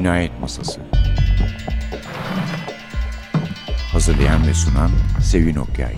Cinayet Masası. Hazırlayan ve sunan Sevin Okyay.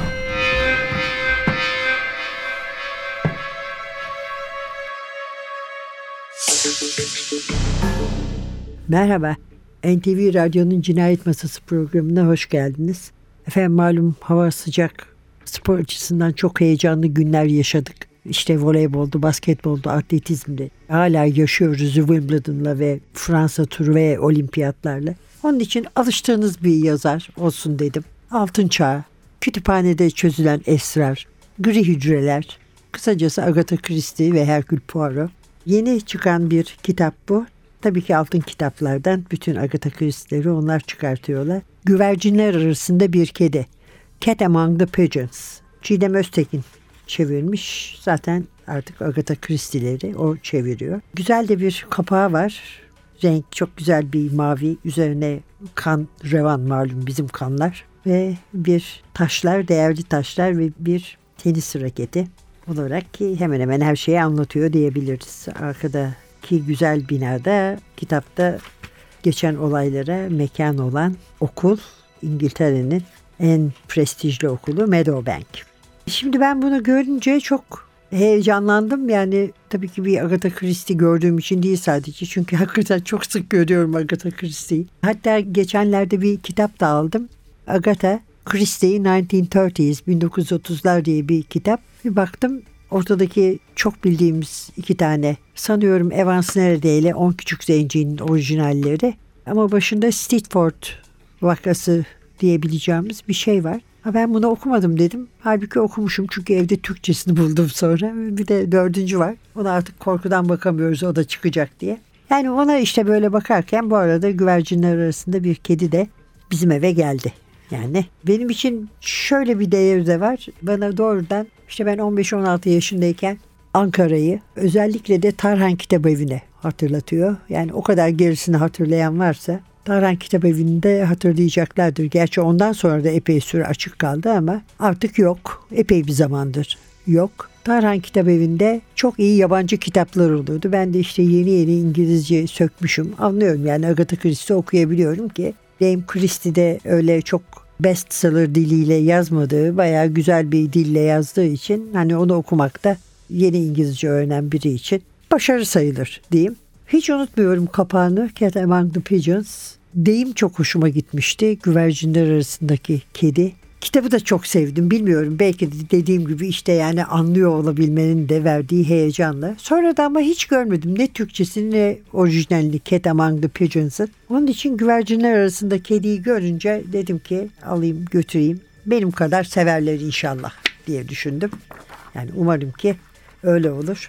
Merhaba, NTV Radyo'nun Cinayet Masası programına hoş geldiniz. Efendim malum hava sıcak, spor açısından çok heyecanlı günler yaşadık. İşte voleyboldu, basketboldu, atletizmde. Hala yaşıyoruz Wimbledon'la ve Fransa turu ve olimpiyatlarla. Onun için alıştığınız bir yazar olsun dedim. Altın Çağ, Kütüphanede Çözülen Esrar, Gri Hücreler, kısacası Agatha Christie ve Hercule Poirot. Yeni çıkan bir kitap bu. Tabii ki altın kitaplardan bütün Agatha Christie'leri onlar çıkartıyorlar. Güvercinler Arasında Bir Kedi. Cat Among the Pigeons. Çiğdem Öztekin çevirmiş. Zaten artık Agatha Christie'leri o çeviriyor. Güzel de bir kapağı var. Renk çok güzel bir mavi. Üzerine kan revan, malum bizim kanlar. Ve bir taşlar, değerli taşlar ve bir tenis raketi olarak ki hemen hemen her şeyi anlatıyor diyebiliriz. Arkadaki güzel binada kitapta geçen olaylara mekan olan okul, İngiltere'nin en prestijli okulu Meadowbank. Şimdi ben bunu görünce çok heyecanlandım. Yani tabii ki bir Agatha Christie gördüğüm için değil sadece. Çünkü hakikaten çok sık görüyorum Agatha Christie'yi. Hatta geçenlerde bir kitap da aldım. Agatha Christie 1930s, 1930'lar diye bir kitap. Bir baktım ortadaki çok bildiğimiz iki tane, sanıyorum Evans Nerede'yle 10 Küçük Zenci'nin orijinalleri. Ama başında Stitford vakası diyebileceğimiz bir şey var. Ben bunu okumadım dedim. Halbuki okumuşum çünkü evde Türkçesini buldum sonra. Bir de 4. var. Ona artık korkudan bakamıyoruz, o da çıkacak diye. Yani ona işte böyle bakarken bu arada Güvercinler Arasında Bir Kedi de bizim eve geldi. Yani benim için şöyle bir değeri de var. Bana doğrudan işte ben 15-16 yaşındayken Ankara'yı, özellikle de Tarhan Kitabevi'ne hatırlatıyor. Yani o kadar gerisini hatırlayan varsa Tarhan Kitabevi'ni de hatırlayacaklardır. Gerçi ondan sonra da epey süre açık kaldı ama artık yok. Epey bir zamandır yok. Tarhan Kitabevi'nde çok iyi yabancı kitaplar olurdu. Ben de işte yeni İngilizce sökmüşüm. Anlıyorum yani Agatha Christie okuyabiliyorum ki. Dame Christie de öyle çok bestseller diliyle yazmadığı, bayağı güzel bir dille yazdığı için hani onu okumakta yeni İngilizce öğrenen biri için başarı sayılır diyeyim. Hiç unutmuyorum kapağını, Cat Among the Pigeons. Deyim çok hoşuma gitmişti. Güvercinler Arasındaki Kedi. Kitabı da çok sevdim. Bilmiyorum, belki de dediğim gibi işte yani anlıyor olabilmenin de verdiği heyecanla. Sonra da ama hiç görmedim ne Türkçesini ne orijinalini Cat Among the Pigeons'ın. Onun için Güvercinler Arasında Kedi'yi görünce dedim ki alayım götüreyim. Benim kadar severler inşallah diye düşündüm. Yani umarım ki öyle olur.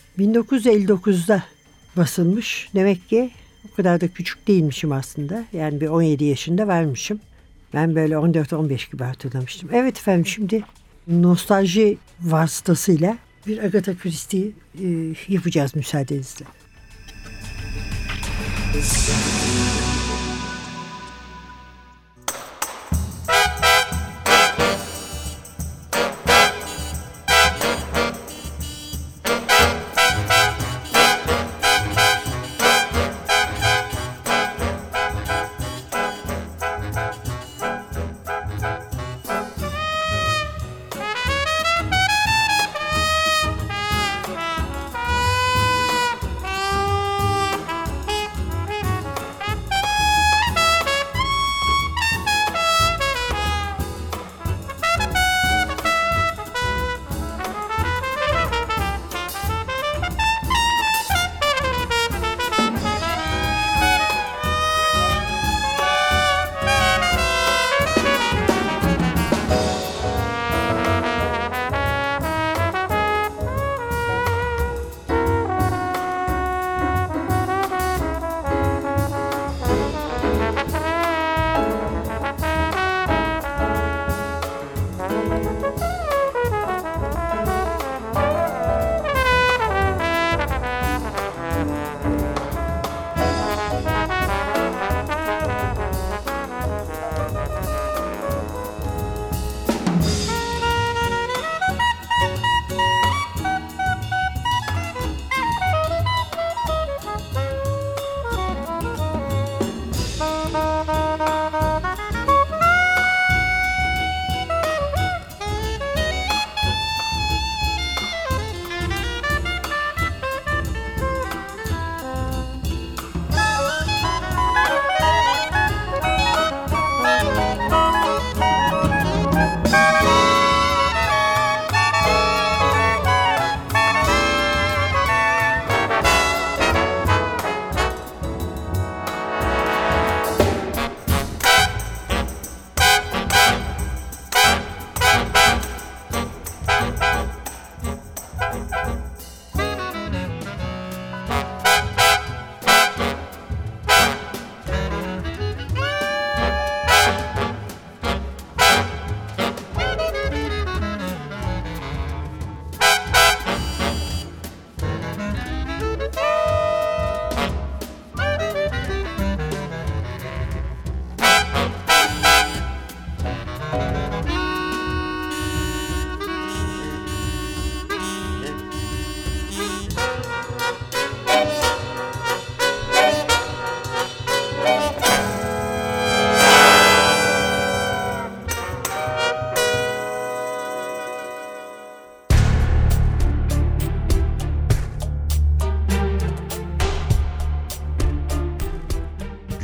1959'da basılmış. Demek ki o kadar da küçük değilmişim aslında. Yani bir 17 yaşında varmışım. Ben böyle 14-15 gibi hatırlamıştım. Evet efendim, şimdi nostalji vasıtasıyla bir Agatha Christie yapacağız müsaadenizle.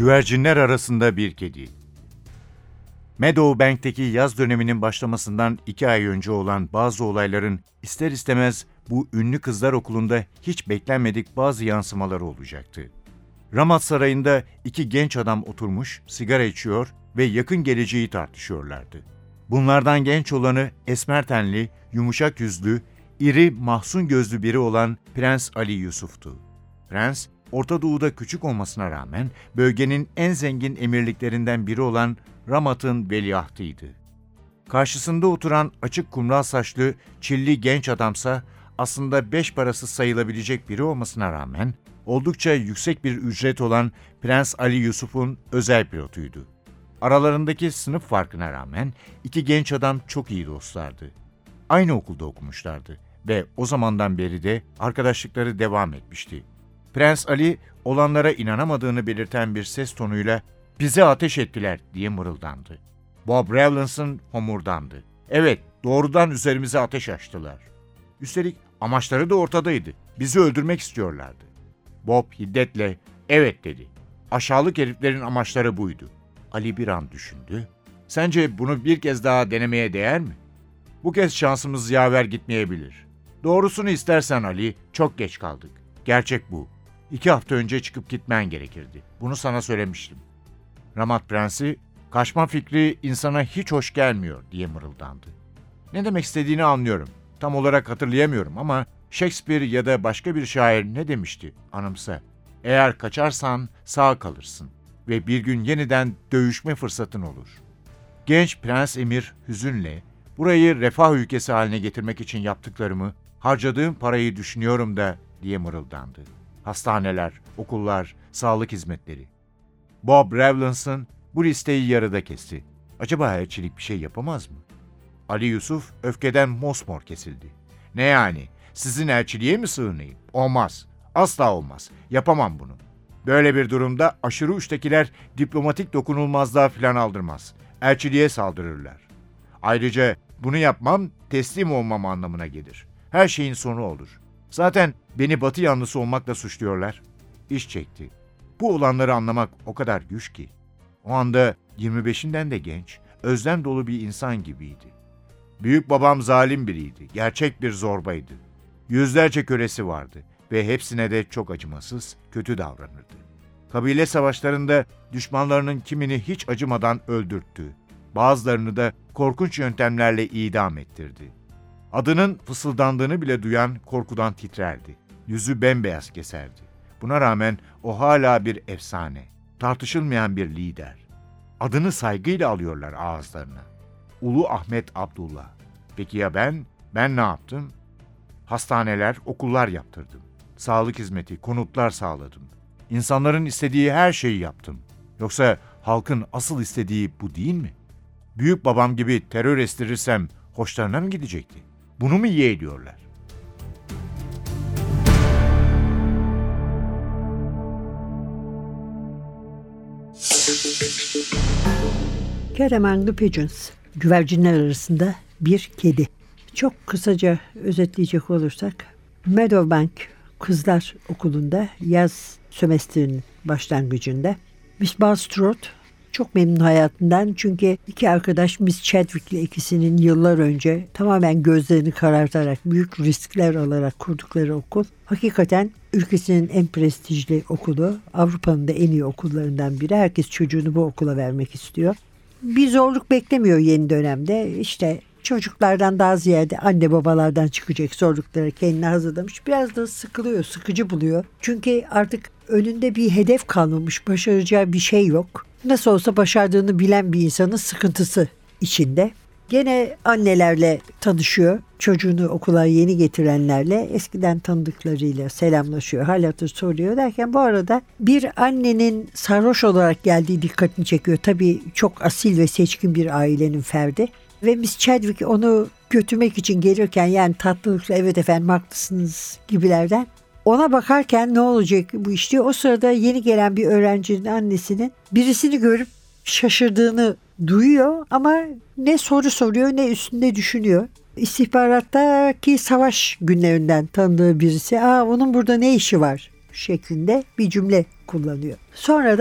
Güvercinler arasında bir kedi. Meadowbank'teki yaz döneminin başlamasından 2 ay önce olan bazı olayların ister istemez bu ünlü kızlar okulunda hiç beklenmedik bazı yansımaları olacaktı. Ramat Sarayı'nda 2 genç adam oturmuş, sigara içiyor ve yakın geleceği tartışıyorlardı. Bunlardan genç olanı esmer tenli, yumuşak yüzlü, iri, mahzun gözlü biri olan Prens Ali Yusuf'tu. Prens, Orta Doğu'da küçük olmasına rağmen bölgenin en zengin emirliklerinden biri olan Ramat'ın veliahtıydı. Karşısında oturan açık kumral saçlı, çilli genç adamsa aslında 5 parası sayılabilecek biri olmasına rağmen oldukça yüksek bir ücret olan Prens Ali Yusuf'un özel pilotuydu. Aralarındaki sınıf farkına rağmen 2 genç adam çok iyi dostlardı. Aynı okulda okumuşlardı ve o zamandan beri de arkadaşlıkları devam etmişti. Prens Ali olanlara inanamadığını belirten bir ses tonuyla "Bize ateş ettiler" diye mırıldandı. Bob Rawlinson homurdandı. "Evet, doğrudan üzerimize ateş açtılar. Üstelik amaçları da ortadaydı. Bizi öldürmek istiyorlardı." Bob hiddetle "Evet" dedi. "Aşağılık heriflerin amaçları buydu." Ali bir an düşündü. "Sence bunu bir kez daha denemeye değer mi? Bu kez şansımız yaver gitmeyebilir. Doğrusunu istersen Ali, çok geç kaldık. Gerçek bu. 2 hafta önce çıkıp gitmen gerekirdi. Bunu sana söylemiştim." Ramat Prensi, "Kaçma fikri insana hiç hoş gelmiyor" diye mırıldandı. "Ne demek istediğini anlıyorum. Tam olarak hatırlayamıyorum ama Shakespeare ya da başka bir şair ne demişti? Anımsa. Eğer kaçarsan sağ kalırsın ve bir gün yeniden dövüşme fırsatın olur." Genç Prens Emir hüzünle, "Burayı refah ülkesi haline getirmek için yaptıklarımı, harcadığım parayı düşünüyorum da" diye mırıldandı. Hastaneler, okullar, sağlık hizmetleri. Bob Rawlinson bu listeyi yarıda kesti. Acaba elçilik bir şey yapamaz mı? Ali Yusuf öfkeden mosmor kesildi. "Ne yani? Sizin elçiliğe mi sığınayım? Olmaz. Asla olmaz. Yapamam bunu. Böyle bir durumda aşırı uçtakiler diplomatik dokunulmazlığa falan aldırmaz. Elçiliğe saldırırlar. Ayrıca bunu yapmam teslim olmam anlamına gelir. Her şeyin sonu olur. Zaten beni Batı yanlısı olmakla suçluyorlar." İş çekti. Bu olanları anlamak o kadar güç ki. O anda 25'inden de genç, özlem dolu bir insan gibiydi. Büyük babam zalim biriydi, gerçek bir zorbaydı. Yüzlerce kölesi vardı ve hepsine de çok acımasız, kötü davranırdı. Kabile savaşlarında düşmanlarının kimini hiç acımadan öldürttü. Bazılarını da korkunç yöntemlerle idam ettirdi. Adının fısıldandığını bile duyan korkudan titrerdi. Yüzü bembeyaz keserdi. Buna rağmen o hala bir efsane, tartışılmayan bir lider. Adını saygıyla alıyorlar ağızlarına. Ulu Ahmet Abdullah. Peki ya ben? Ben ne yaptım? Hastaneler, okullar yaptırdım. Sağlık hizmeti, konutlar sağladım. İnsanların istediği her şeyi yaptım. Yoksa halkın asıl istediği bu değil mi? Büyük babam gibi terör estirirsem hoşlarına mı gidecekti? Bunu mu iyi ediyorlar? Cat Among the Pigeons, güvercinler arasında bir kedi. Çok kısaca özetleyecek olursak, Meadowbank Kızlar Okulu'nda yaz sömestrinin başlangıcında Miss Bulstrode çok memnun hayatından, çünkü 2 arkadaş Miss Chadwick ile ikisinin yıllar önce tamamen gözlerini karartarak büyük riskler alarak kurdukları okul hakikaten ülkesinin en prestijli okulu, Avrupa'nın da en iyi okullarından biri. Herkes çocuğunu bu okula vermek istiyor. Bir zorluk beklemiyor yeni dönemde. İşte çocuklardan daha ziyade anne babalardan çıkacak zorlukları kendine hazırlamış. Biraz da sıkılıyor, sıkıcı buluyor. Çünkü artık önünde bir hedef kalmamış, başaracağı bir şey yok. Nasıl olsa başardığını bilen bir insanın sıkıntısı içinde. Gene annelerle tanışıyor. Çocuğunu okula yeni getirenlerle eskiden tanıdıklarıyla selamlaşıyor. Hal hatır soruyor derken bu arada bir annenin sarhoş olarak geldiği dikkatini çekiyor. Tabii çok asil ve seçkin bir ailenin ferdi. Ve Miss Chadwick onu götürmek için gelirken, yani tatlılıkla "Evet efendim haklısınız" gibilerden, ona bakarken ne olacak bu iş diyor. O sırada yeni gelen bir öğrencinin annesinin birisini görüp şaşırdığını duyuyor ama ne soru soruyor ne üstünde düşünüyor. İstihbarattaki savaş günlerinden tanıdığı birisi, onun burada ne işi var şeklinde bir cümle kullanıyor. Sonra da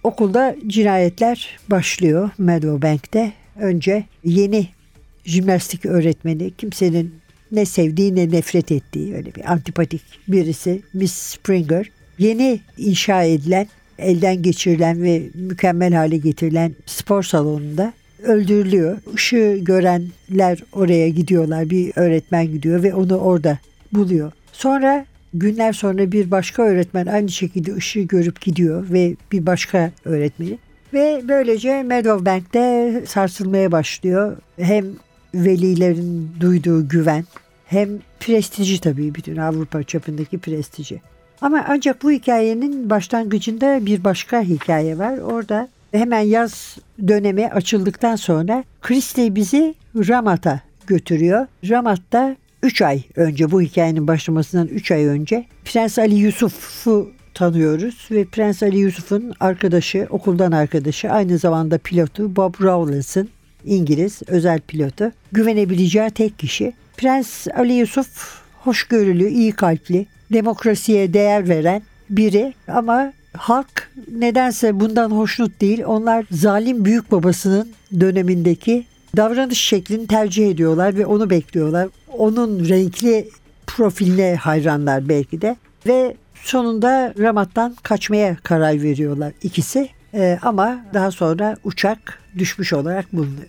okulda cinayetler başlıyor Meadowbank'te. Önce yeni jimnastik öğretmeni, kimsenin ne sevdiği ne nefret ettiği öyle bir antipatik birisi, Miss Springer. Yeni inşa edilen, elden geçirilen ve mükemmel hale getirilen spor salonunda öldürülüyor. Işığı görenler oraya gidiyorlar. Bir öğretmen gidiyor ve onu orada buluyor. Sonra günler sonra bir başka öğretmen aynı şekilde ışığı görüp gidiyor ve bir başka öğretmeni. Ve böylece Meadowbank'te sarsılmaya başlıyor. Hem velilerin duyduğu güven hem prestiji, tabii bütün Avrupa çapındaki prestiji. Ama ancak bu hikayenin başlangıcında bir başka hikaye var. Orada hemen yaz dönemi açıldıktan sonra Christie bizi Ramat'a götürüyor. Ramat'ta 3 ay önce, bu hikayenin başlamasından 3 ay önce Prens Ali Yusuf'u tanıyoruz ve Prens Ali Yusuf'un arkadaşı, okuldan arkadaşı, aynı zamanda pilotu Bob Rawlinson, İngiliz özel pilotu, güvenebileceği tek kişi. Prens Ali Yusuf hoşgörülü, iyi kalpli, demokrasiye değer veren biri ama halk nedense bundan hoşnut değil. Onlar zalim büyük babasının dönemindeki davranış şeklini tercih ediyorlar ve onu bekliyorlar. Onun renkli profiline hayranlar belki de ve sonunda Ramat'tan kaçmaya karar veriyorlar ikisi. Ama daha sonra uçak düşmüş olarak bulunuyor.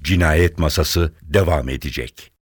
Cinayet Masası devam edecek.